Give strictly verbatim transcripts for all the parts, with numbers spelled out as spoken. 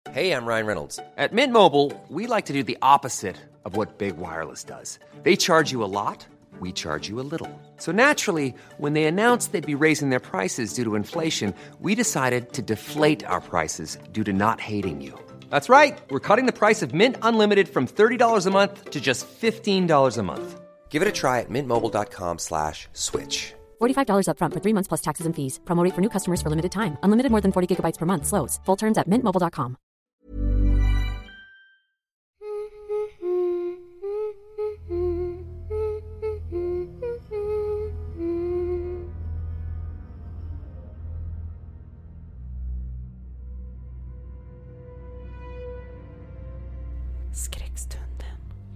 Hey, I'm Ryan Reynolds. At Mint Mobile, we like to do the opposite of what Big Wireless does. They charge you a lot, we charge you a little. So naturally, when they announced they'd be raising their prices due to inflation, we decided to deflate our prices due to not hating you. That's right. We're cutting the price of Mint Unlimited from thirty dollars a month to just fifteen dollars a month. Give it a try at mintmobile.com slash switch. forty-five dollars up front for three months plus taxes and fees. Promo rate for new customers for limited time. Unlimited more than forty gigabytes per month. Slows full terms at mint mobile dot com. Skräckstunden.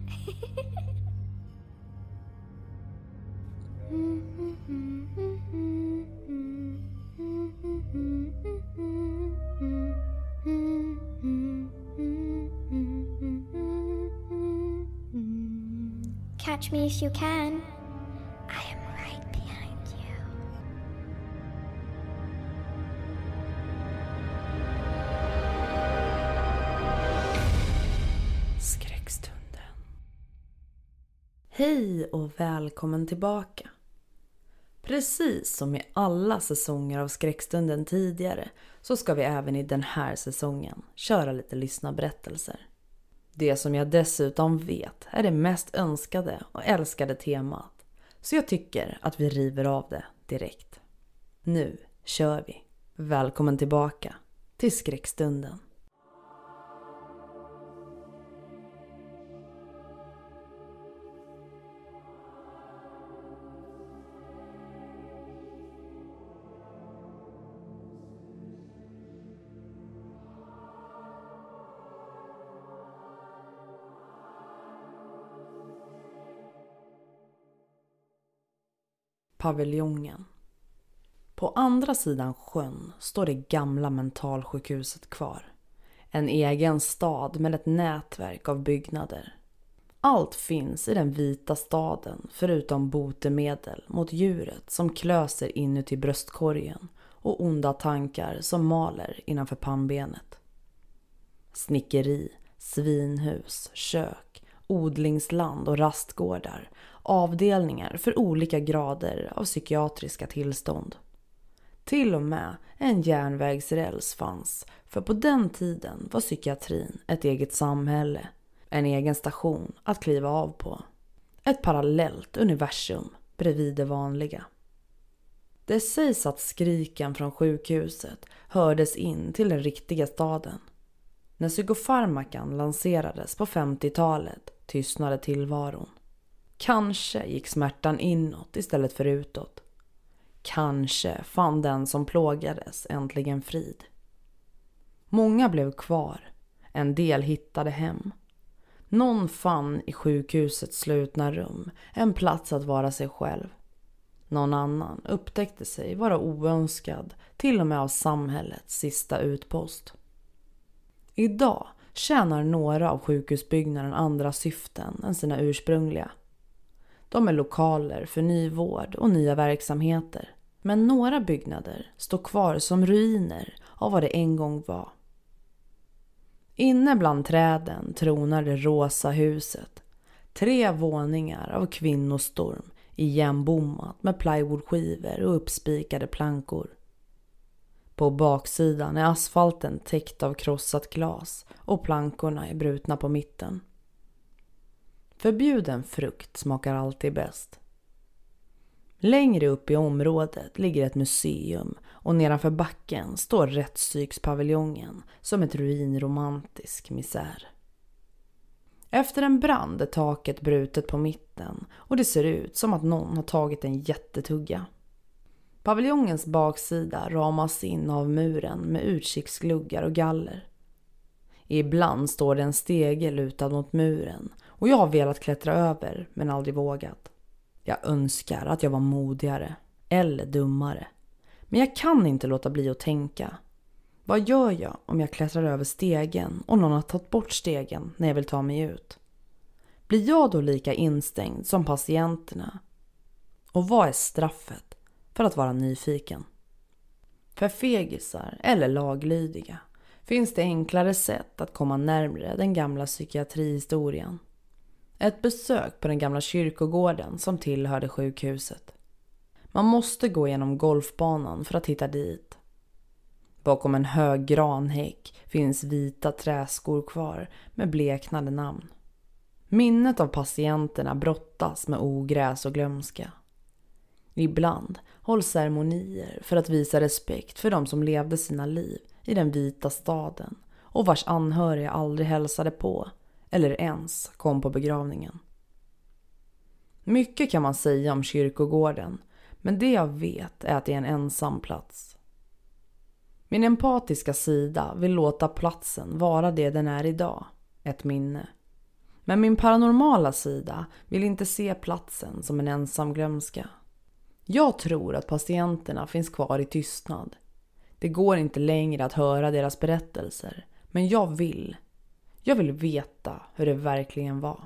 Catch me if you can. I am right behind you. Skräckstunden. Hej och välkommen tillbaka. Precis som i alla säsonger av Skräckstunden tidigare så ska vi även i den här säsongen köra lite lyssnarberättelser. Det som jag dessutom vet är det mest önskade och älskade temat. Så jag tycker att vi river av det direkt. Nu kör vi. Välkommen tillbaka till Skräckstunden. Paviljongen. På andra sidan sjön står det gamla mentalsjukhuset kvar. En egen stad med ett nätverk av byggnader. Allt finns i den vita staden förutom botemedel mot djuret som klöser inuti bröstkorgen och onda tankar som maler innanför pannbenet. Snickeri, svinhus, kök, odlingsland och rastgårdar. Avdelningar för olika grader av psykiatriska tillstånd. Till och med en järnvägsräls fanns, för på den tiden var psykiatrin ett eget samhälle, en egen station att kliva av på. Ett parallellt universum bredvid det vanliga. Det sägs att skriken från sjukhuset hördes in till den riktiga staden. När psykofarmakan lanserades på femtiotalet tystnade tillvaron. Kanske gick smärtan inåt istället för utåt. Kanske fann den som plågades äntligen frid. Många blev kvar. En del hittade hem. Någon fann i sjukhusets slutna rum en plats att vara sig själv. Någon annan upptäckte sig vara oönskad, till och med av samhällets sista utpost. Idag tjänar några av sjukhusbyggnaden andra syften än sina ursprungliga. De är lokaler för ny vård och nya verksamheter. Men några byggnader står kvar som ruiner av vad det en gång var. Inne bland träden tronar det rosa huset. Tre våningar av kvinnostorm, igenbommat med plywoodskivor och uppspikade plankor. På baksidan är asfalten täckt av krossat glas och plankorna är brutna på mitten. Förbjuden frukt smakar alltid bäst. Längre upp i området ligger ett museum och nedanför backen står rättspsykspaviljongen som ett ruinromantisk misär. Efter en brand är taket brutet på mitten och det ser ut som att någon har tagit en jättetugga. Paviljongens baksida ramas in av muren med utkiksgluggar och galler. Ibland står det en stege lutad mot muren och jag har velat klättra över men aldrig vågat. Jag önskar att jag var modigare eller dummare. Men jag kan inte låta bli att tänka. Vad gör jag om jag klättrar över stegen och någon har tagit bort stegen när jag vill ta mig ut? Blir jag då lika instängd som patienterna? Och vad är straffet för att vara nyfiken? För fegisar eller laglydiga finns det enklare sätt att komma närmare den gamla psykiatrihistorien. Ett besök på den gamla kyrkogården som tillhörde sjukhuset. Man måste gå genom golfbanan för att hitta dit. Bakom en hög granhäck finns vita träskor kvar med bleknade namn. Minnet av patienterna brottas med ogräs och glömska. Ibland hålls ceremonier för att visa respekt för de som levde sina liv i den vita staden och vars anhöriga aldrig hälsade på eller ens kom på begravningen. Mycket kan man säga om kyrkogården, men det jag vet är att det är en ensam plats. Min empatiska sida vill låta platsen vara det den är idag, ett minne. Men min paranormala sida vill inte se platsen som en ensam glömska. Jag tror att patienterna finns kvar i tystnad. Det går inte längre att höra deras berättelser, men jag vill. Jag vill veta hur det verkligen var.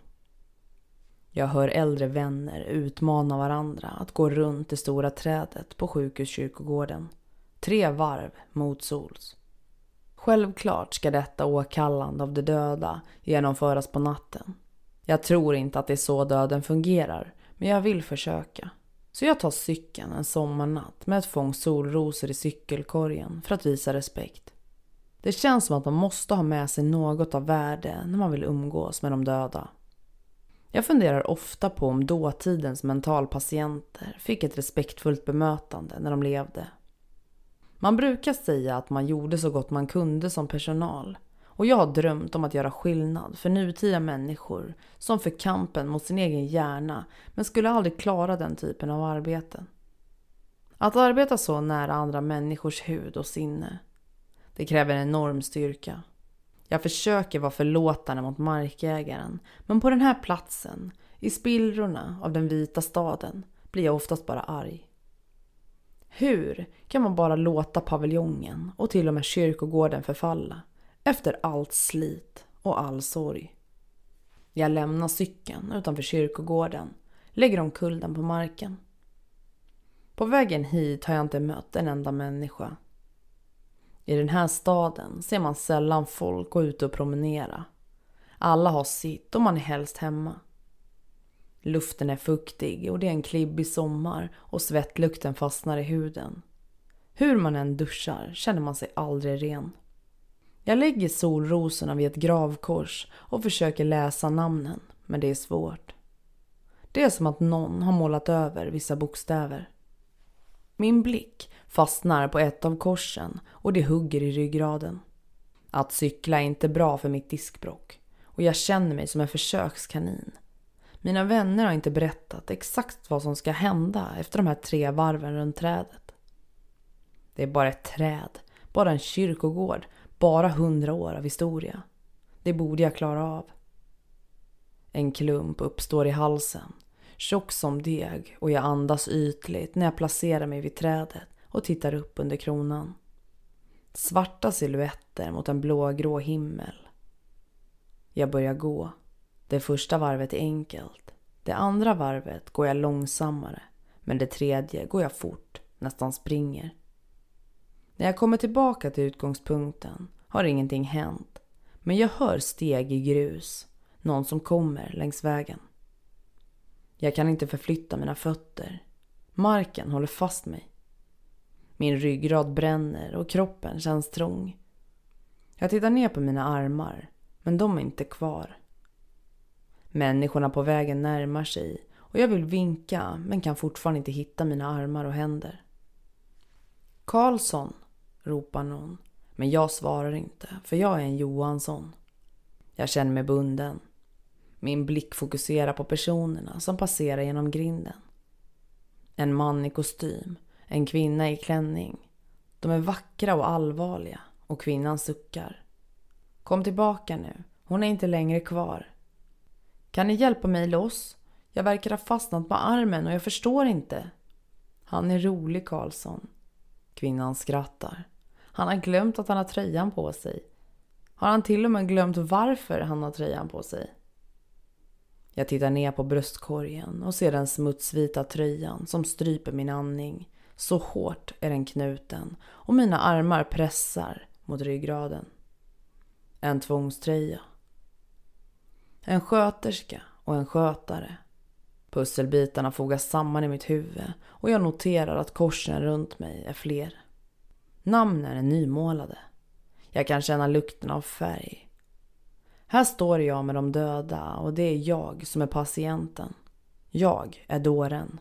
Jag hör äldre vänner utmana varandra att gå runt det stora trädet på sjukhuskyrkogården. Tre varv mot sols. Självklart ska detta åkallande av de döda genomföras på natten. Jag tror inte att det är så döden fungerar, men jag vill försöka. Så jag tar cykeln en sommarnatt med ett fång solrosor i cykelkorgen för att visa respekt. Det känns som att man måste ha med sig något av värde när man vill umgås med de döda. Jag funderar ofta på om dåtidens mentalpatienter fick ett respektfullt bemötande när de levde. Man brukar säga att man gjorde så gott man kunde som personal. Och jag har drömt om att göra skillnad för nutida människor som för kampen mot sin egen hjärna men skulle aldrig klara den typen av arbete. Att arbeta så nära andra människors hud och sinne, det kräver en enorm styrka. Jag försöker vara förlåtande mot markägaren, men på den här platsen, i spillrorna av den vita staden, blir jag oftast bara arg. Hur kan man bara låta paviljongen och till och med kyrkogården förfalla efter allt slit och all sorg? Jag lämnar cykeln utanför kyrkogården, lägger omkull den på marken. På vägen hit har jag inte mött en enda människa. I den här staden ser man sällan folk gå ut och promenera. Alla har sitt och man är helst hemma. Luften är fuktig och det är en klibbig sommar och svettlukten fastnar i huden. Hur man än duschar känner man sig aldrig ren. Jag lägger solrosorna vid ett gravkors och försöker läsa namnen, men det är svårt. Det är som att någon har målat över vissa bokstäver. Min blick fastnar på ett av korsen och det hugger i ryggraden. Att cykla är inte bra för mitt diskbråck och jag känner mig som en försökskanin. Mina vänner har inte berättat exakt vad som ska hända efter de här tre varven runt trädet. Det är bara ett träd, bara en kyrkogård, bara hundra år av historia. Det borde jag klara av. En klump uppstår i halsen, tjock som deg, och jag andas ytligt när jag placerar mig vid trädet och tittar upp under kronan. Svarta silhuetter mot en blågrå himmel. Jag börjar gå. Det första varvet är enkelt. Det andra varvet går jag långsammare. Men det tredje går jag fort, nästan springer. När jag kommer tillbaka till utgångspunkten har ingenting hänt. Men jag hör steg i grus. Någon som kommer längs vägen. Jag kan inte förflytta mina fötter. Marken håller fast mig. Min ryggrad bränner och kroppen känns trång. Jag tittar ner på mina armar, men de är inte kvar. Människorna på vägen närmar sig och jag vill vinka men kan fortfarande inte hitta mina armar och händer. Karlsson, ropar någon, men jag svarar inte för jag är en Johansson. Jag känner mig bunden. Min blick fokuserar på personerna som passerar genom grinden. En man i kostym, en kvinna i klänning. De är vackra och allvarliga och kvinnan suckar. Kom tillbaka nu, hon är inte längre kvar. Kan ni hjälpa mig loss? Jag verkar ha fastnat på armen och jag förstår inte. Han är rolig, Karlsson. Kvinnan skrattar. Han har glömt att han har tröjan på sig. Har han till och med glömt varför han har tröjan på sig? Jag tittar ner på bröstkorgen och ser den smutsvita tröjan som stryper min andning. Så hårt är den knuten och mina armar pressar mot ryggraden. En tvångströja. En sköterska och en skötare. Pusselbitarna fogas samman i mitt huvud och jag noterar att korsen runt mig är fler. Namnen är nymålade. Jag kan känna lukten av färg. Här står jag med de döda och det är jag som är patienten. Jag är dåren.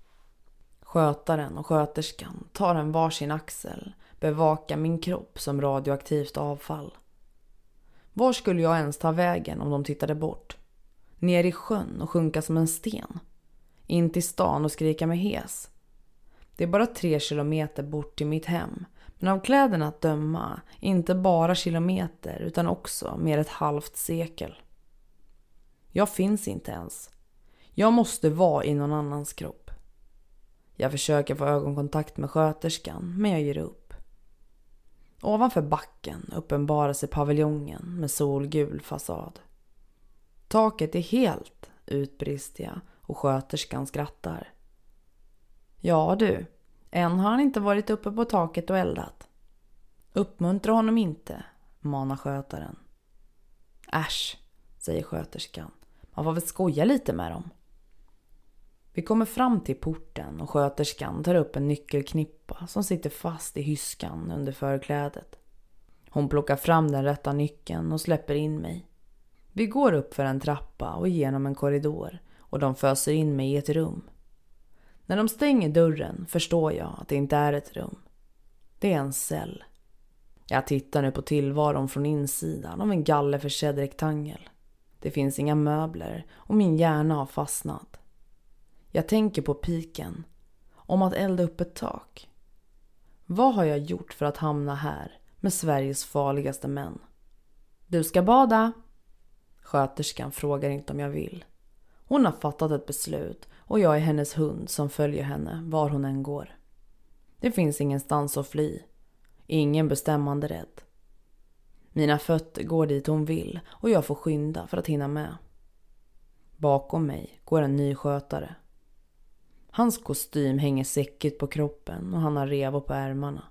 Skötaren och sköterskan tar en varsin axel, bevakar min kropp som radioaktivt avfall. Var skulle jag ens ta vägen om de tittade bort? Ner i sjön och sjunka som en sten? In till stan och skrika med hes? Det är bara tre kilometer bort till mitt hem, men av kläderna att döma inte bara kilometer utan också mer ett halvt sekel. Jag finns inte ens. Jag måste vara i någon annans kropp. Jag försöker få ögonkontakt med sköterskan, men jag ger upp. Ovanför backen uppenbarar sig paviljongen med solgul fasad. Taket är helt, utbrister jag och sköterskan skrattar. Ja du, än har han inte varit uppe på taket och eldat. Uppmuntra honom inte, manar skötaren. Äsch, säger sköterskan. Man får väl skoja lite med dem. Vi kommer fram till porten och sköterskan tar upp en nyckelknippa som sitter fast i hyskan under förklädet. Hon plockar fram den rätta nyckeln och släpper in mig. Vi går upp för en trappa och genom en korridor och de föser in mig i ett rum. När de stänger dörren förstår jag att det inte är ett rum. Det är en cell. Jag tittar nu på tillvaron från insidan av en gallerförsedd rektangel. Det finns inga möbler och min hjärna har fastnat. Jag tänker på piken, om att elda upp ett tak. Vad har jag gjort för att hamna här med Sveriges farligaste män? Du ska bada. Sköterskan frågar inte om jag vill. Hon har fattat ett beslut och jag är hennes hund som följer henne var hon än går. Det finns ingenstans att fly. Ingen bestämmande rätt. Mina fötter går dit hon vill och jag får skynda för att hinna med. Bakom mig går en ny skötare. Hans kostym hänger säckigt på kroppen och han har revor på ärmarna.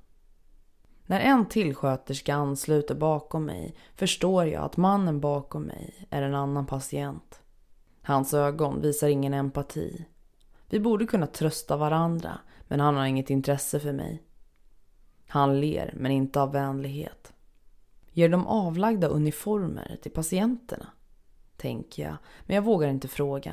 När en till sköterska ansluter bakom mig förstår jag att mannen bakom mig är en annan patient. Hans ögon visar ingen empati. Vi borde kunna trösta varandra, men han har inget intresse för mig. Han ler, men inte av vänlighet. Ger de avlagda uniformer till patienterna? Tänker jag, men jag vågar inte fråga.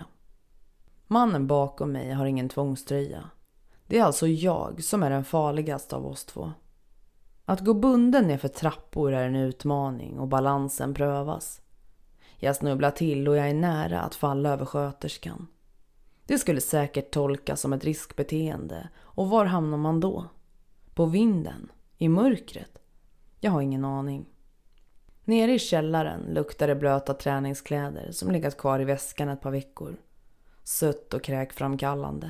Mannen bakom mig har ingen tvångströja. Det är alltså jag som är den farligaste av oss två. Att gå bunden ner för trappor är en utmaning och balansen prövas. Jag snubblar till och jag är nära att falla över sköterskan. Det skulle säkert tolkas som ett riskbeteende. Och var hamnar man då? På vinden? I mörkret? Jag har ingen aning. Nere i källaren luktar det blöta träningskläder som legat kvar i väskan ett par veckor. Sött och kräkframkallande.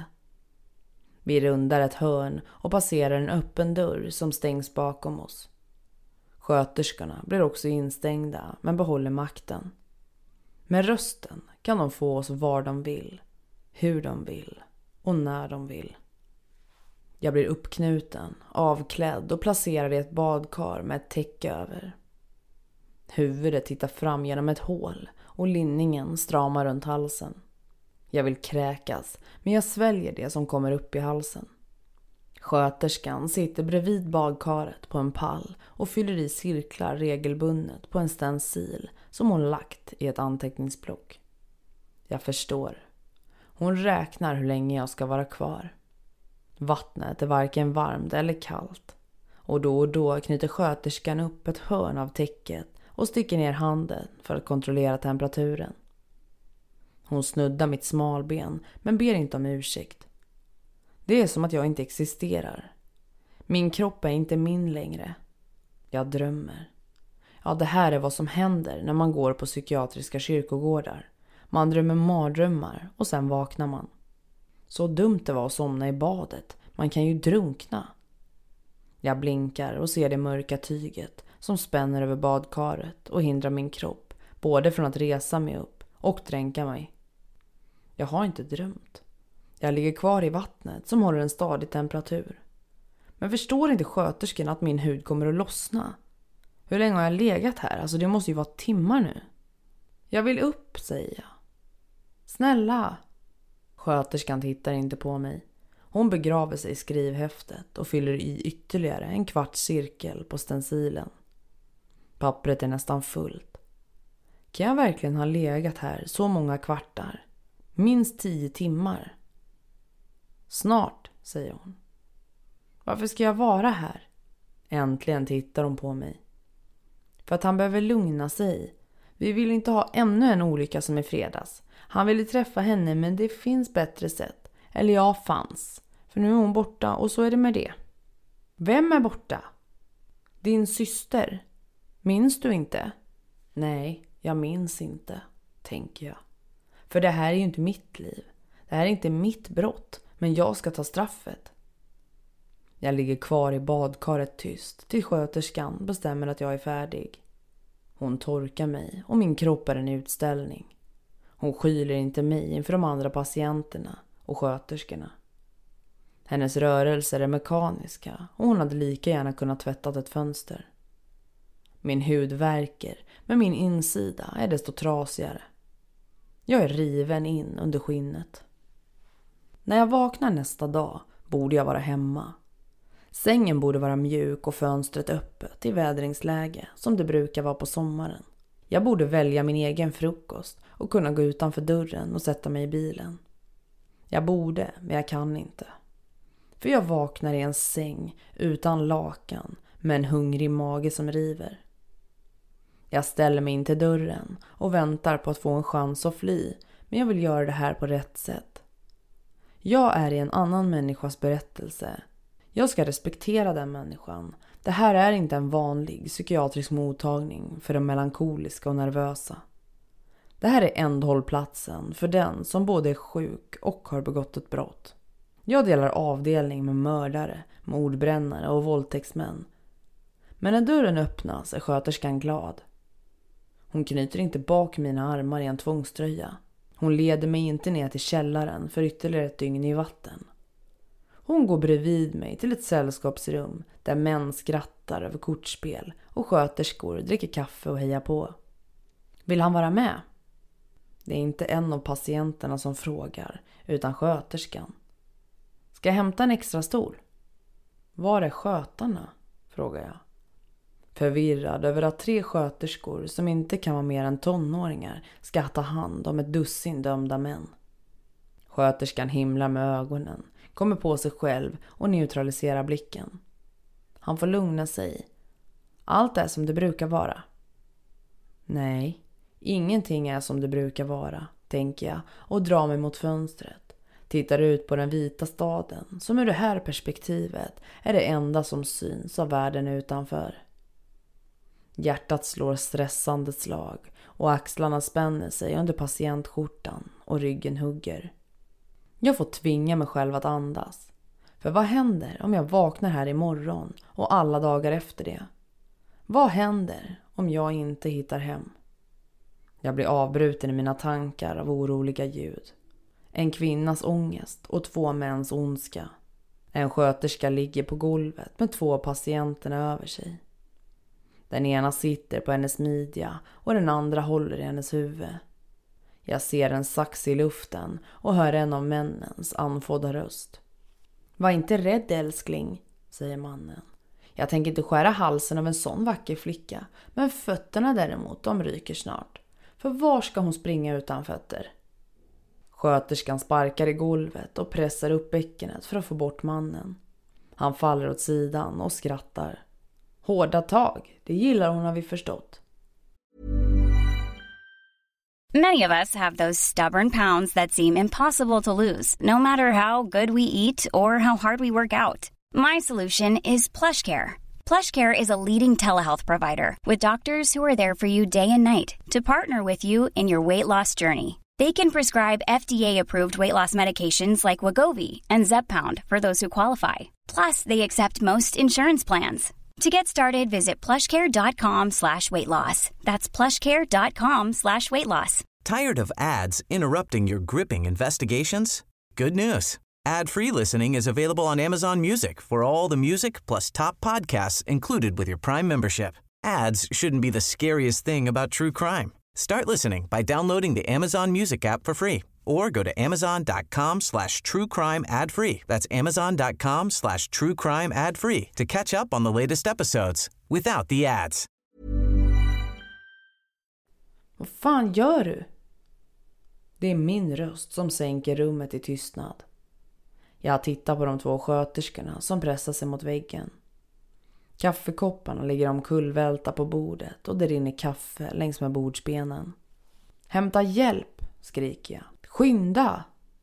Vi rundar ett hörn och passerar en öppen dörr som stängs bakom oss. Sköterskorna blir också instängda men behåller makten. Med rösten kan de få oss var de vill, hur de vill och när de vill. Jag blir uppknuten, avklädd och placerad i ett badkar med ett täcke över. Huvudet tittar fram genom ett hål och linningen stramar runt halsen. Jag vill kräkas, men jag sväljer det som kommer upp i halsen. Sköterskan sitter bredvid badkaret på en pall och fyller i cirklar regelbundet på en stencil som hon lagt i ett anteckningsblock. Jag förstår. Hon räknar hur länge jag ska vara kvar. Vattnet är varken varmt eller kallt. Och då och då knyter sköterskan upp ett hörn av täcket och sticker ner handen för att kontrollera temperaturen. Hon snuddar mitt smalben men ber inte om ursäkt. Det är som att jag inte existerar. Min kropp är inte min längre. Jag drömmer. Ja, det här är vad som händer när man går på psykiatriska kyrkogårdar. Man drömmer mardrömmar och sen vaknar man. Så dumt det var att somna i badet. Man kan ju drunkna. Jag blinkar och ser det mörka tyget som spänner över badkaret och hindrar min kropp både från att resa mig upp och dränka mig. Jag har inte drömt. Jag ligger kvar i vattnet som håller en stadig temperatur. Men förstår inte sköterskan att min hud kommer att lossna? Hur länge har jag legat här? Alltså det måste ju vara timmar nu. Jag vill upp, säger jag. Snälla. Sköterskan tittar inte på mig. Hon begraver sig i skrivhäftet och fyller i ytterligare en kvarts cirkel på stencilen. Pappret är nästan fullt. Kan jag verkligen ha legat här så många kvartar? Minst tio timmar. Snart, säger hon. Varför ska jag vara här? Äntligen tittar hon på mig. För att han behöver lugna sig. Vi vill inte ha ännu en olycka som i fredags. Han ville träffa henne men det finns bättre sätt. Eller jag fanns. För nu är hon borta och så är det med det. Vem är borta? Din syster. Minns du inte? Nej, jag minns inte, tänker jag. För det här är ju inte mitt liv. Det här är inte mitt brott. Men jag ska ta straffet. Jag ligger kvar i badkaret tyst till sköterskan bestämmer att jag är färdig. Hon torkar mig och min kropp är en utställning. Hon skyler inte mig inför de andra patienterna och sköterskorna. Hennes rörelser är mekaniska och hon hade lika gärna kunnat tvättat ett fönster. Min hud värker, men min insida är desto trasigare. Jag är riven in under skinnet. När jag vaknar nästa dag borde jag vara hemma. Sängen borde vara mjuk och fönstret öppet i vädringsläge som det brukar vara på sommaren. Jag borde välja min egen frukost och kunna gå utanför dörren och sätta mig i bilen. Jag borde, men jag kan inte. För jag vaknar i en säng utan lakan med en hungrig mage som river. Jag ställer mig in till dörren och väntar på att få en chans att fly, men jag vill göra det här på rätt sätt. Jag är i en annan människas berättelse. Jag ska respektera den människan. Det här är inte en vanlig psykiatrisk mottagning för de melankoliska och nervösa. Det här är ändhållplatsen för den som både är sjuk och har begått ett brott. Jag delar avdelning med mördare, mordbrännare och våldtäktsmän. Men när dörren öppnas är sköterskan glad. Hon knyter inte bak mina armar i en tvångströja. Hon leder mig inte ner till källaren för ytterligare ett dygn i vatten. Hon går bredvid mig till ett sällskapsrum där män skrattar över kortspel och sköterskor dricker kaffe och hejar på. Vill han vara med? Det är inte en av patienterna som frågar, utan sköterskan. Ska jag hämta en extra stol? Var är skötarna? Frågar jag. Förvirrad över att tre sköterskor som inte kan vara mer än tonåringar ska ta hand om ett dussin dömda män. Sköterskan himlar med ögonen, kommer på sig själv och neutraliserar blicken. Han får lugna sig. Allt är som det brukar vara. Nej, ingenting är som det brukar vara, tänker jag och drar mig mot fönstret. Tittar ut på den vita staden som ur det här perspektivet är det enda som syns av världen utanför. Hjärtat slår stressande slag och axlarna spänner sig under patientskjortan och ryggen hugger. Jag får tvinga mig själv att andas. För vad händer om jag vaknar här imorgon och alla dagar efter det? Vad händer om jag inte hittar hem? Jag blir avbruten i mina tankar av oroliga ljud. En kvinnas ångest och två mäns ondska. En sköterska ligger på golvet med två patienterna över sig. Den ena sitter på hennes midja och den andra håller i hennes huvud. Jag ser en sax i luften och hör en av männens andfådda röst. Var inte rädd, älskling, säger mannen. Jag tänker inte skära halsen av en sån vacker flicka, men fötterna däremot, de ryker snart. För var ska hon springa utan fötter? Sköterskan sparkar i golvet och pressar upp bäckenet för att få bort mannen. Han faller åt sidan och skrattar. Hårda tag, det gillar hon, har vi förstått. Many of us have those stubborn pounds that seem impossible to lose, no matter how good we eat or how hard we work out. My solution is PlushCare. PlushCare is a leading telehealth provider with doctors who are there for you day and night to partner with you in your weight loss journey. They can prescribe F D A-approved weight loss medications like Wegovy and Zepbound for those who qualify. Plus, they accept most insurance plans. To get started, visit plushcare.com slash weight loss. That's plushcare.com slash weight loss. Tired of ads interrupting your gripping investigations? Good news. Ad-free listening is available on Amazon Music for all the music plus top podcasts included with your Prime membership. Ads shouldn't be the scariest thing about true crime. Start listening by downloading the Amazon Music app for free or go to amazon.com slash true crime ad free. That's amazon.com slash true crime ad free to catch up on the latest episodes without the ads. Vad fan gör du? Det är min röst som sänker rummet i tystnad. Jag tittar på de två sköterskorna som pressar sig mot väggen. Kaffekopparna ligger omkullvälta på bordet och det rinner kaffe längs med bordsbenen. Hämta hjälp, skriker jag. Skynda!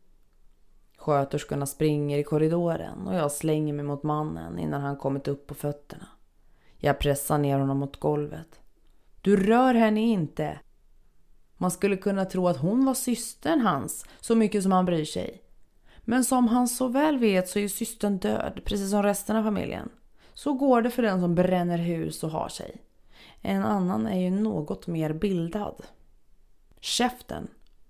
Sköterskorna springer i korridoren och jag slänger mig mot mannen innan han kommit upp på fötterna. Jag pressar ner honom mot golvet. Du rör henne inte! Man skulle kunna tro att hon var systern hans, så mycket som han bryr sig. Men som han så väl vet så är ju systern död, precis som resten av familjen. Så går det för den som bränner hus och har sig. En annan är ju något mer bildad. Käften!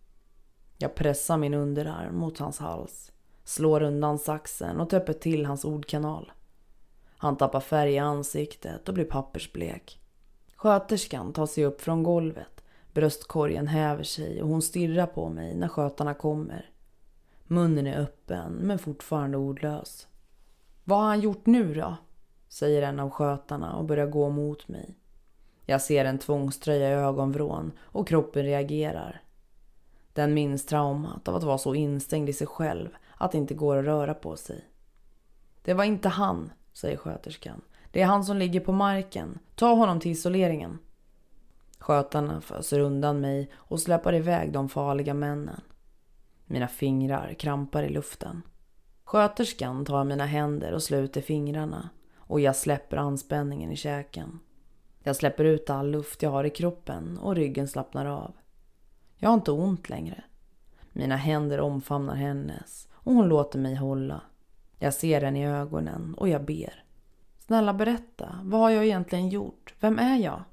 Jag pressar min underarm mot hans hals, slår undan saxen och täpper till hans ordkanal. Han tappar färg i ansiktet och blir pappersblek. Sköterskan tar sig upp från golvet. Bröstkorgen häver sig och hon stirrar på mig när skötarna kommer. Munnen är öppen men fortfarande ordlös. Vad har han gjort nu då? Säger en av skötarna och börjar gå mot mig. Jag ser en tvångströja i ögonvrån och kroppen reagerar. Den minns traumat av att vara så instängd i sig själv att det inte går att röra på sig. Det var inte han, säger sköterskan. Det är han som ligger på marken. Ta honom till isoleringen. Skötarna föser undan mig och släpper iväg de farliga männen. Mina fingrar krampar i luften. Sköterskan tar mina händer och sluter fingrarna och jag släpper anspänningen i käken. Jag släpper ut all luft jag har i kroppen och ryggen slappnar av. Jag har inte ont längre. Mina händer omfamnar hennes och hon låter mig hålla. Jag ser henne i ögonen och jag ber. Snälla berätta, vad har jag egentligen gjort? Vem är jag?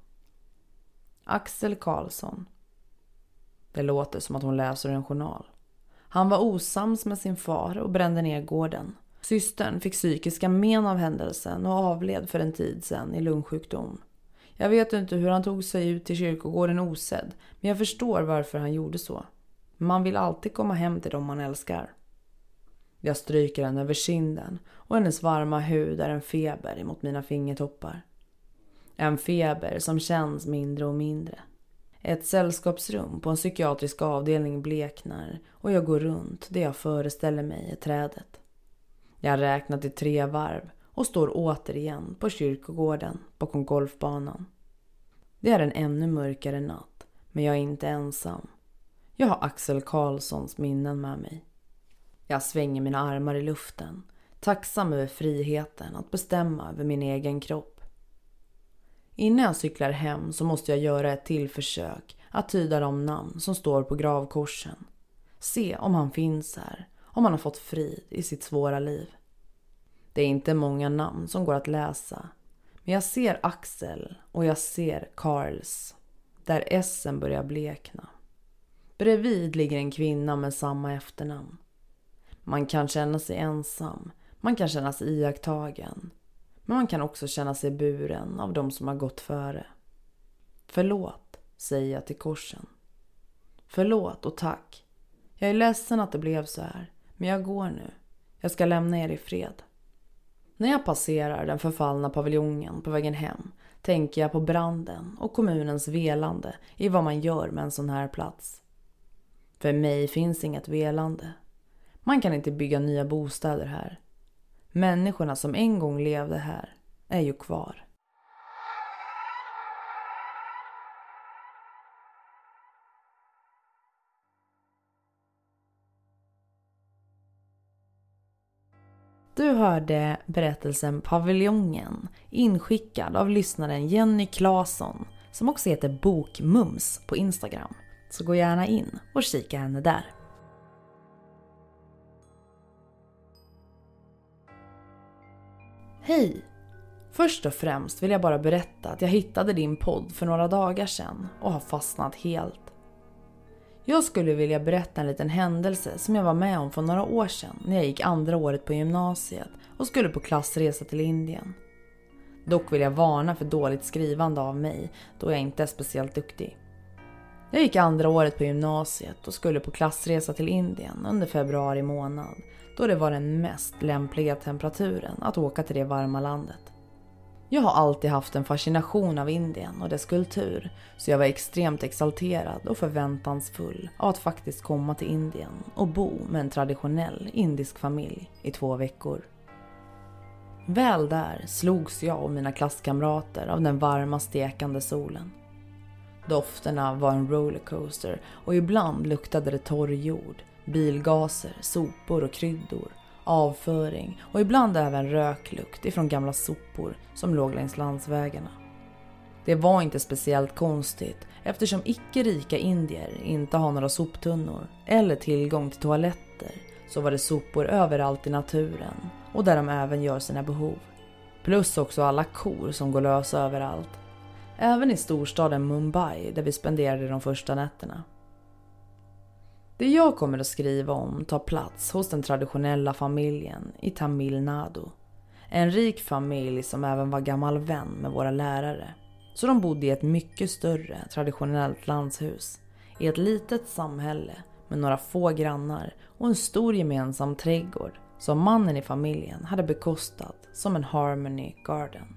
Axel Karlsson. Det låter som att hon läser en journal. Han var osams med sin far och brände ner gården. Systern fick psykiska men av händelsen och avled för en tid sedan i lungsjukdom. Jag vet inte hur han tog sig ut till kyrkogården osedd, men jag förstår varför han gjorde så. Man vill alltid komma hem till dem man älskar. Jag stryker henne över kinden och hennes varma hud är en feber emot mina fingertoppar. En feber som känns mindre och mindre. Ett sällskapsrum på en psykiatrisk avdelning bleknar och jag går runt det jag föreställer mig är trädet. Jag räknar till tre varv och står återigen på kyrkogården bakom golfbanan. Det är en ännu mörkare natt, men jag är inte ensam. Jag har Axel Karlssons minnen med mig. Jag svänger mina armar i luften, tacksam över friheten att bestämma över min egen kropp. Innan jag cyklar hem så måste jag göra ett till försök att tyda de namn som står på gravkorsen. Se om han finns här, om han har fått frid i sitt svåra liv. Det är inte många namn som går att läsa, men jag ser Axel och jag ser Karls, där essen börjar blekna. Bredvid ligger en kvinna med samma efternamn. Man kan känna sig ensam, man kan känna sig iakttagen. Men man kan också känna sig buren av de som har gått före. Förlåt, säger jag till korsen. Förlåt och tack. Jag är ledsen att det blev så här, men jag går nu. Jag ska lämna er i fred. När jag passerar den förfallna paviljongen på vägen hem tänker jag på branden och kommunens velande i vad man gör med en sån här plats. För mig finns inget velande. Man kan inte bygga nya bostäder här. Människorna som en gång levde här är ju kvar. Du hörde berättelsen Paviljongen, inskickad av lyssnaren Jenny Claesson, som också heter Bokmums på Instagram. Så gå gärna in och kika henne där. Hej! Först och främst vill jag bara berätta att jag hittade din podd för några dagar sedan och har fastnat helt. Jag skulle vilja berätta en liten händelse som jag var med om för några år sedan när jag gick andra året på gymnasiet och skulle på klassresa till Indien. Dock vill jag varna för dåligt skrivande av mig, då jag inte är speciellt duktig. Jag gick andra året på gymnasiet och skulle på klassresa till Indien under februari månad, då det var den mest lämpliga temperaturen att åka till det varma landet. Jag har alltid haft en fascination av Indien och dess kultur, så jag var extremt exalterad och förväntansfull av att faktiskt komma till Indien och bo med en traditionell indisk familj i två veckor. Väl där slogs jag och mina klasskamrater av den varma stekande solen. Dofterna var en rollercoaster och ibland luktade det torr jord, bilgaser, sopor och kryddor, avföring och ibland även röklukt ifrån gamla sopor som låg längs landsvägarna. Det var inte speciellt konstigt eftersom icke-rika indier inte har några soptunnor eller tillgång till toaletter, så var det sopor överallt i naturen och där de även gör sina behov. Plus också alla kor som går lösa överallt. Även i storstaden Mumbai där vi spenderade de första nätterna. Det jag kommer att skriva om tar plats hos den traditionella familjen i Tamil Nadu. En rik familj som även var gammal vän med våra lärare. Så de bodde i ett mycket större traditionellt landshus. I ett litet samhälle med några få grannar och en stor gemensam trädgård som mannen i familjen hade bekostat som en Harmony Garden.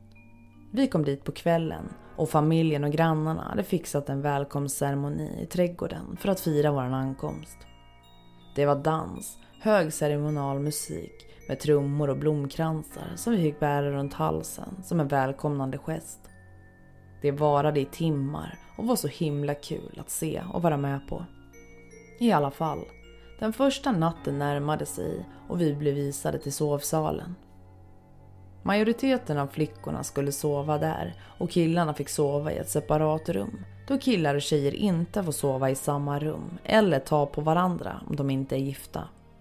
Vi kom dit på kvällen och familjen och grannarna hade fixat en välkomstceremoni i trädgården för att fira vår ankomst. Det var dans, hög ceremonial musik med trummor och blomkransar som vi fick bära runt halsen som en välkomnande gest. Det varade i timmar och var så himla kul att se och vara med på. I alla fall, den första natten närmade sig och vi blev visade till sovsalen. Majoriteten av flickorna skulle sova där och killarna fick sova i ett separat rum, då killar och tjejer inte får sova i samma rum eller ta på varandra om de inte är gifta.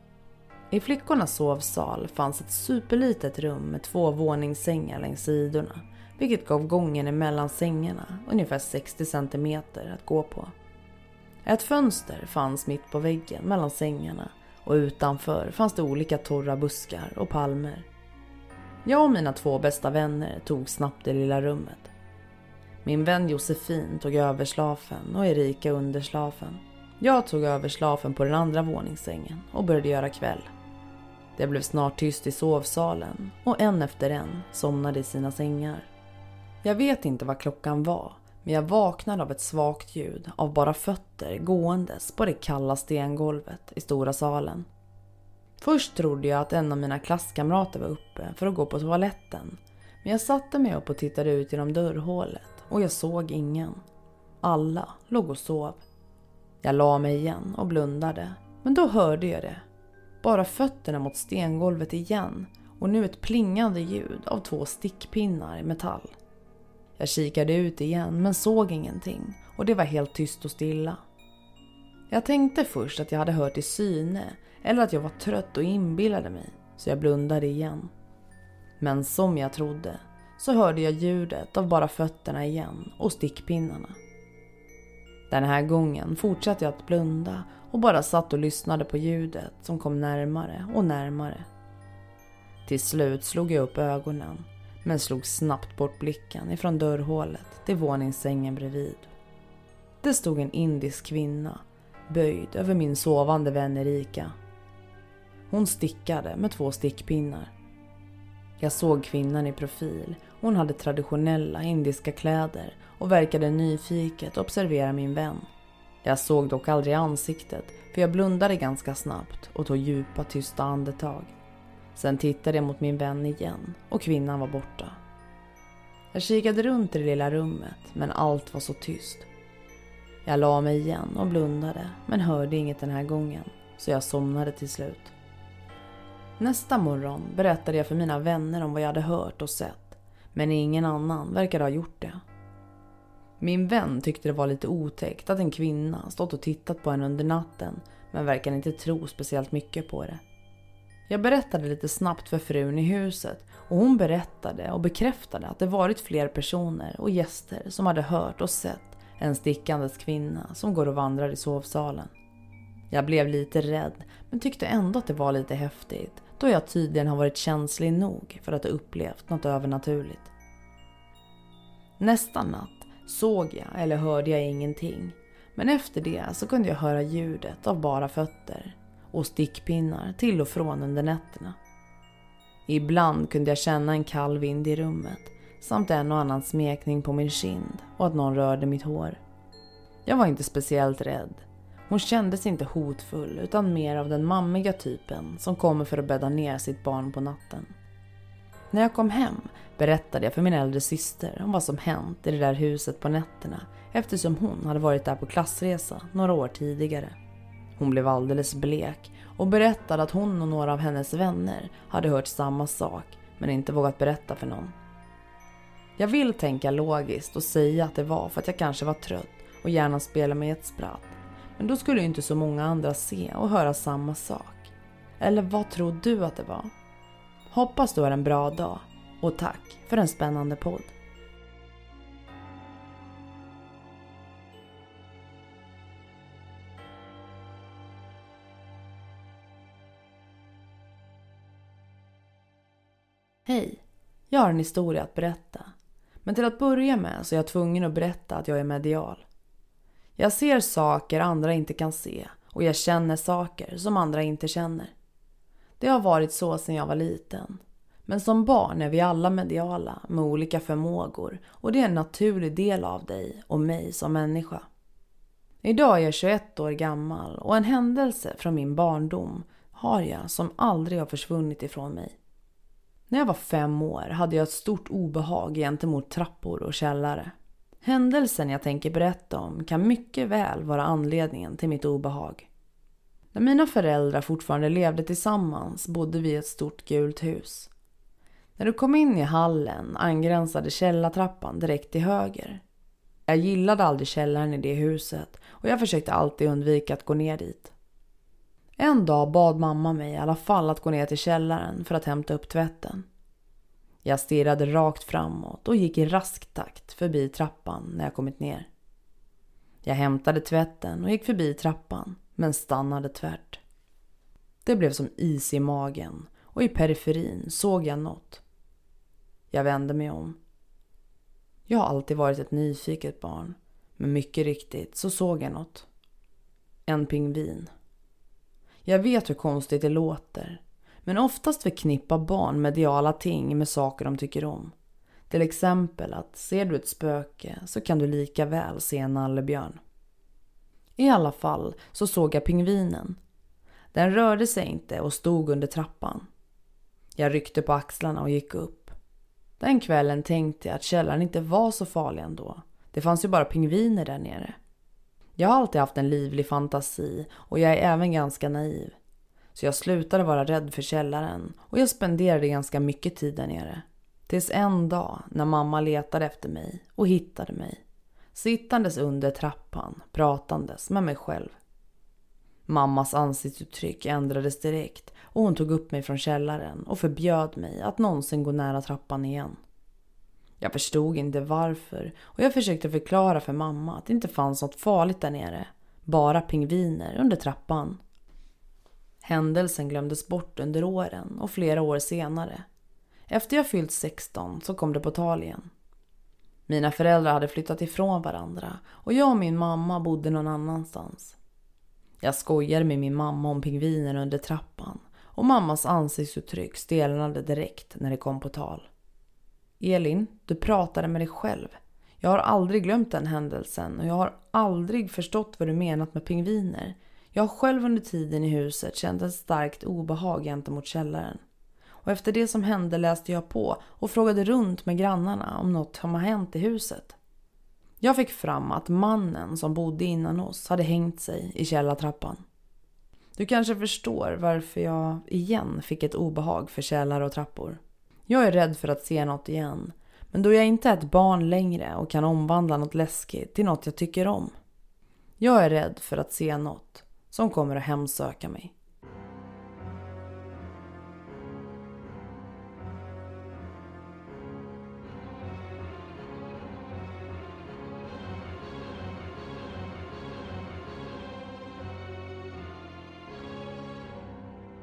I flickornas sovsal fanns ett superlitet rum med två våningssängar längs sidorna, vilket gav gången emellan sängarna ungefär sextio centimeter att gå på. Ett fönster fanns mitt på väggen mellan sängarna och utanför fanns det olika torra buskar och palmer. Jag och mina två bästa vänner tog snabbt det lilla rummet. Min vän Josefin tog överslafen och Erika underslafen. Jag tog överslafen på den andra våningssängen och började göra kväll. Det blev snart tyst i sovsalen och en efter en somnade i sina sängar. Jag vet inte vad klockan var, men jag vaknade av ett svagt ljud av bara fötter gåendes på det kalla stengolvet i stora salen. Först trodde jag att en av mina klasskamrater var uppe för att gå på toaletten, men jag satte mig upp och tittade ut genom dörrhålet och jag såg ingen. Alla låg och sov. Jag la mig igen och blundade, men då hörde jag det. Bara fötterna mot stengolvet igen och nu ett plingande ljud av två stickpinnar i metall. Jag kikade ut igen men såg ingenting och det var helt tyst och stilla. Jag tänkte först att jag hade hört i syne eller att jag var trött och inbillade mig, så jag blundade igen. Men som jag trodde så hörde jag ljudet av bara fötterna igen och stickpinnarna. Den här gången fortsatte jag att blunda och bara satt och lyssnade på ljudet som kom närmare och närmare. Till slut slog jag upp ögonen, men slog snabbt bort blicken ifrån dörrhålet till våningssängen bredvid. Det stod en indisk kvinna, böjd över min sovande vän Erika. Hon stickade med två stickpinnar. Jag såg kvinnan i profil. Hon hade traditionella indiska kläder och verkade nyfiket observera min vän. Jag såg dock aldrig ansiktet, för jag blundade ganska snabbt och tog djupa tysta andetag. Sen tittade jag mot min vän igen och kvinnan var borta. Jag kikade runt i det lilla rummet, men allt var så tyst. Jag la mig igen och blundade, men hörde inget den här gången, så jag somnade till slut. Nästa morgon berättade jag för mina vänner om vad jag hade hört och sett, men ingen annan verkade ha gjort det. Min vän tyckte det var lite otäckt att en kvinna stått och tittat på henne under natten, men verkade inte tro speciellt mycket på det. Jag berättade lite snabbt för frun i huset och hon berättade och bekräftade att det varit fler personer och gäster som hade hört och sett en stickandes kvinna som går och vandrar i sovsalen. Jag blev lite rädd, men tyckte ändå att det var lite häftigt, då jag tydligen har varit känslig nog för att ha upplevt något övernaturligt. Nästa natt såg jag eller hörde jag ingenting. Men efter det så kunde jag höra ljudet av bara fötter och stickpinnar till och från under nätterna. Ibland kunde jag känna en kall vind i rummet samt en och annan smekning på min kind och att någon rörde mitt hår. Jag var inte speciellt rädd. Hon kändes inte hotfull utan mer av den mammiga typen som kommer för att bädda ner sitt barn på natten. När jag kom hem berättade jag för min äldre syster om vad som hänt i det där huset på nätterna eftersom hon hade varit där på klassresa några år tidigare. Hon blev alldeles blek och berättade att hon och några av hennes vänner hade hört samma sak men inte vågat berätta för någon. Jag vill tänka logiskt och säga att det var för att jag kanske var trött och gärna spela med ett spratt. Men då skulle ju inte så många andra se och höra samma sak. Eller vad tror du att det var? Hoppas du har en bra dag och tack för en spännande podd. Hej, jag har en historia att berätta. Men till att börja med så är jag tvungen att berätta att jag är medial. Jag ser saker andra inte kan se och jag känner saker som andra inte känner. Det har varit så sedan jag var liten. Men som barn är vi alla mediala med olika förmågor och det är en naturlig del av dig och mig som människa. Idag är jag tjugoett år gammal och en händelse från min barndom har jag som aldrig har försvunnit ifrån mig. När jag var fem år hade jag ett stort obehag gentemot trappor och källare. Händelsen jag tänker berätta om kan mycket väl vara anledningen till mitt obehag. När mina föräldrar fortfarande levde tillsammans bodde vi i ett stort gult hus. När du kom in i hallen angränsade källartrappan direkt till höger. Jag gillade aldrig källaren i det huset och jag försökte alltid undvika att gå ner dit. En dag bad mamma mig i alla fall att gå ner till källaren för att hämta upp tvätten. Jag stirrade rakt framåt och gick i rask takt förbi trappan när jag kommit ner. Jag hämtade tvätten och gick förbi trappan men stannade tvärt. Det blev som is i magen och i periferin såg jag något. Jag vände mig om. Jag har alltid varit ett nyfiket barn, men mycket riktigt så såg jag något. En pingvin. Jag vet hur konstigt det låter, men oftast förknippar barn mediala ting med saker de tycker om. Till exempel att ser du ett spöke så kan du lika väl se en nallebjörn. I alla fall så såg jag pingvinen. Den rörde sig inte och stod under trappan. Jag ryckte på axlarna och gick upp. Den kvällen tänkte jag att källaren inte var så farlig ändå. Det fanns ju bara pingviner där nere. Jag har alltid haft en livlig fantasi och jag är även ganska naiv. Så jag slutade vara rädd för källaren och jag spenderade ganska mycket tid där nere. Tills en dag när mamma letade efter mig och hittade mig. Sittandes under trappan, pratandes med mig själv. Mammas ansiktsuttryck ändrades direkt och hon tog upp mig från källaren och förbjöd mig att någonsin gå nära trappan igen. Jag förstod inte varför och jag försökte förklara för mamma att det inte fanns något farligt där nere. Bara pingviner under trappan. Händelsen glömdes bort under åren och flera år senare. Efter jag fyllt sexton så kom det på tal igen. Mina föräldrar hade flyttat ifrån varandra och jag och min mamma bodde någon annanstans. Jag skojade med min mamma om pingviner under trappan och mammas ansiktsuttryck stelnade direkt när det kom på tal. Elin, du pratade med dig själv. Jag har aldrig glömt den händelsen och jag har aldrig förstått vad du menat med pingviner. Jag har själv under tiden i huset känt ett starkt obehag gentemot källaren. Och efter det som hände läste jag på och frågade runt med grannarna om något har hänt i huset. Jag fick fram att mannen som bodde innan oss hade hängt sig i källartrappan. Du kanske förstår varför jag igen fick ett obehag för källare och trappor. Jag är rädd för att se något igen, men då jag inte är ett barn längre och kan omvandla något läskigt till något jag tycker om. Jag är rädd för att se något som kommer att hemsöka mig.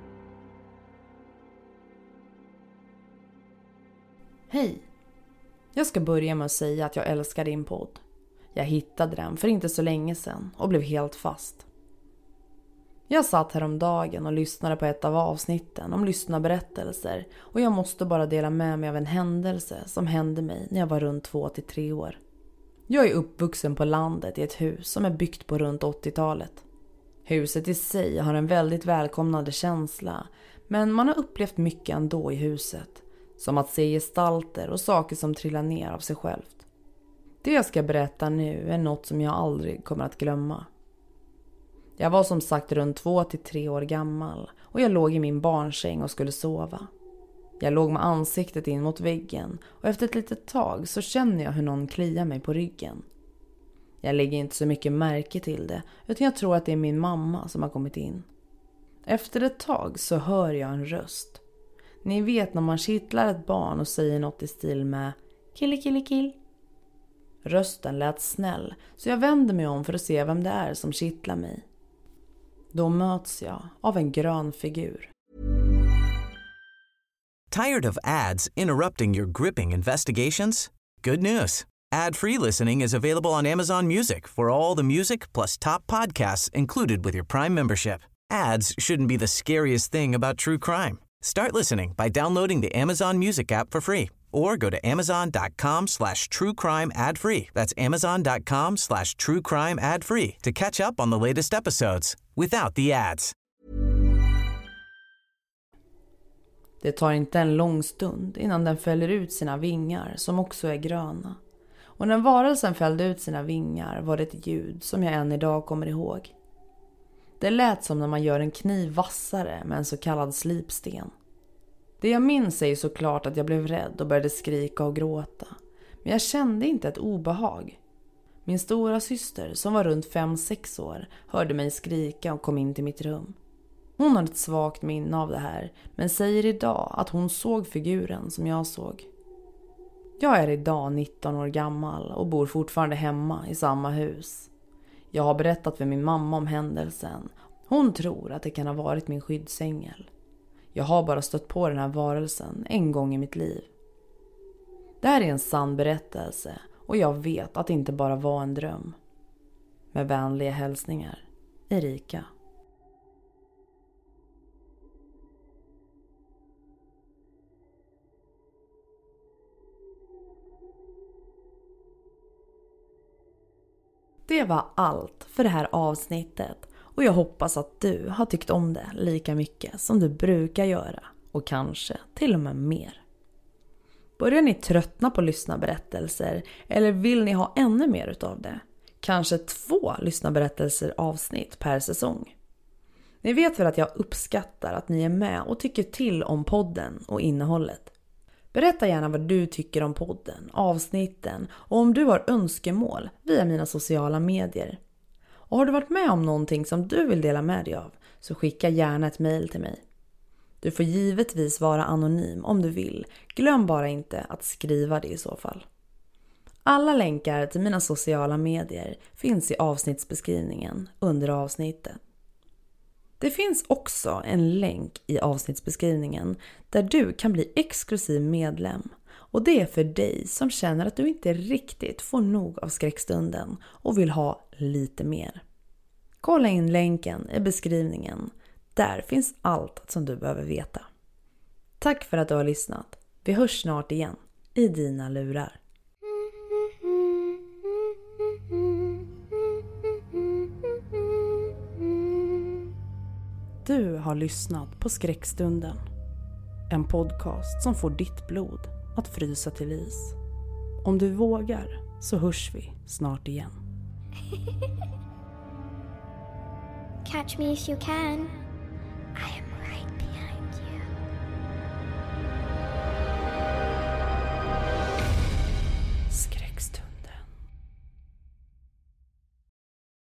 Hej! Jag ska börja med att säga att jag älskar din podd. Jag hittade den för inte så länge sedan och blev helt fast. Jag satt häromdagen och lyssnade på ett av avsnitten om lyssnarberättelser och jag måste bara dela med mig av en händelse som hände mig när jag var runt två till tre år. Jag är uppvuxen på landet i ett hus som är byggt på runt åttiotalet. Huset i sig har en väldigt välkomnande känsla, men man har upplevt mycket ändå i huset. Som att se gestalter och saker som trillar ner av sig självt. Det jag ska berätta nu är något som jag aldrig kommer att glömma. Jag var som sagt runt två till tre år gammal och jag låg i min barnsäng och skulle sova. Jag låg med ansiktet in mot väggen och efter ett litet tag så känner jag hur någon kliar mig på ryggen. Jag lägger inte så mycket märke till det utan jag tror att det är min mamma som har kommit in. Efter ett tag så hör jag en röst. Ni vet när man kittlar ett barn och säger något i stil med kille kille kill. Rösten lät snäll så jag vänder mig om för att se vem det är som kittlar mig. Då möts jag av en grön figur. Tired of ads interrupting your gripping investigations? Good news. Ad-free listening is available on Amazon Music for all the music plus top podcasts included with your Prime membership. Ads shouldn't be the scariest thing about true crime. Start listening by downloading the Amazon Music app for free or go to amazon.com slash true crime ad free. That's amazon.com slash true crime ad free to catch up on the latest episodes without the ads. Det tar inte en lång stund innan den fäller ut sina vingar som också är gröna. Och när varelsen fällde ut sina vingar var det ett ljud som jag än idag kommer ihåg. Det lät som när man gör en kniv vassare med en så kallad slipsten. Det jag minns är såklart att jag blev rädd och började skrika och gråta. Men jag kände inte ett obehag. Min stora syster som var runt fem sex år hörde mig skrika och kom in till mitt rum. Hon har ett svagt minne av det här men säger idag att hon såg figuren som jag såg. Jag är idag nitton år gammal och bor fortfarande hemma i samma hus. Jag har berättat för min mamma om händelsen. Hon tror att det kan ha varit min skyddsängel. Jag har bara stött på den här varelsen en gång i mitt liv. Det här är en sann berättelse och jag vet att det inte bara var en dröm. Med vänliga hälsningar, Erika. Det var allt för det här avsnittet och jag hoppas att du har tyckt om det lika mycket som du brukar göra och kanske till och med mer. Börjar ni tröttna på lyssnarberättelser eller vill ni ha ännu mer utav det? Kanske två lyssnarberättelser avsnitt per säsong. Ni vet väl att jag uppskattar att ni är med och tycker till om podden och innehållet. Berätta gärna vad du tycker om podden, avsnitten och om du har önskemål via mina sociala medier. Och har du varit med om någonting som du vill dela med dig av så skicka gärna ett mejl till mig. Du får givetvis vara anonym om du vill. Glöm bara inte att skriva det i så fall. Alla länkar till mina sociala medier finns i avsnittsbeskrivningen under avsnittet. Det finns också en länk i avsnittsbeskrivningen där du kan bli exklusiv medlem. Och det är för dig som känner att du inte riktigt får nog av skräckstunden och vill ha lite mer. Kolla in länken i beskrivningen. Där finns allt som du behöver veta. Tack för att du har lyssnat. Vi hörs snart igen i dina lurar. Du har lyssnat på Skräckstunden. En podcast som får ditt blod att frysa till is. Om du vågar så hörs vi snart igen. Catch me if you can.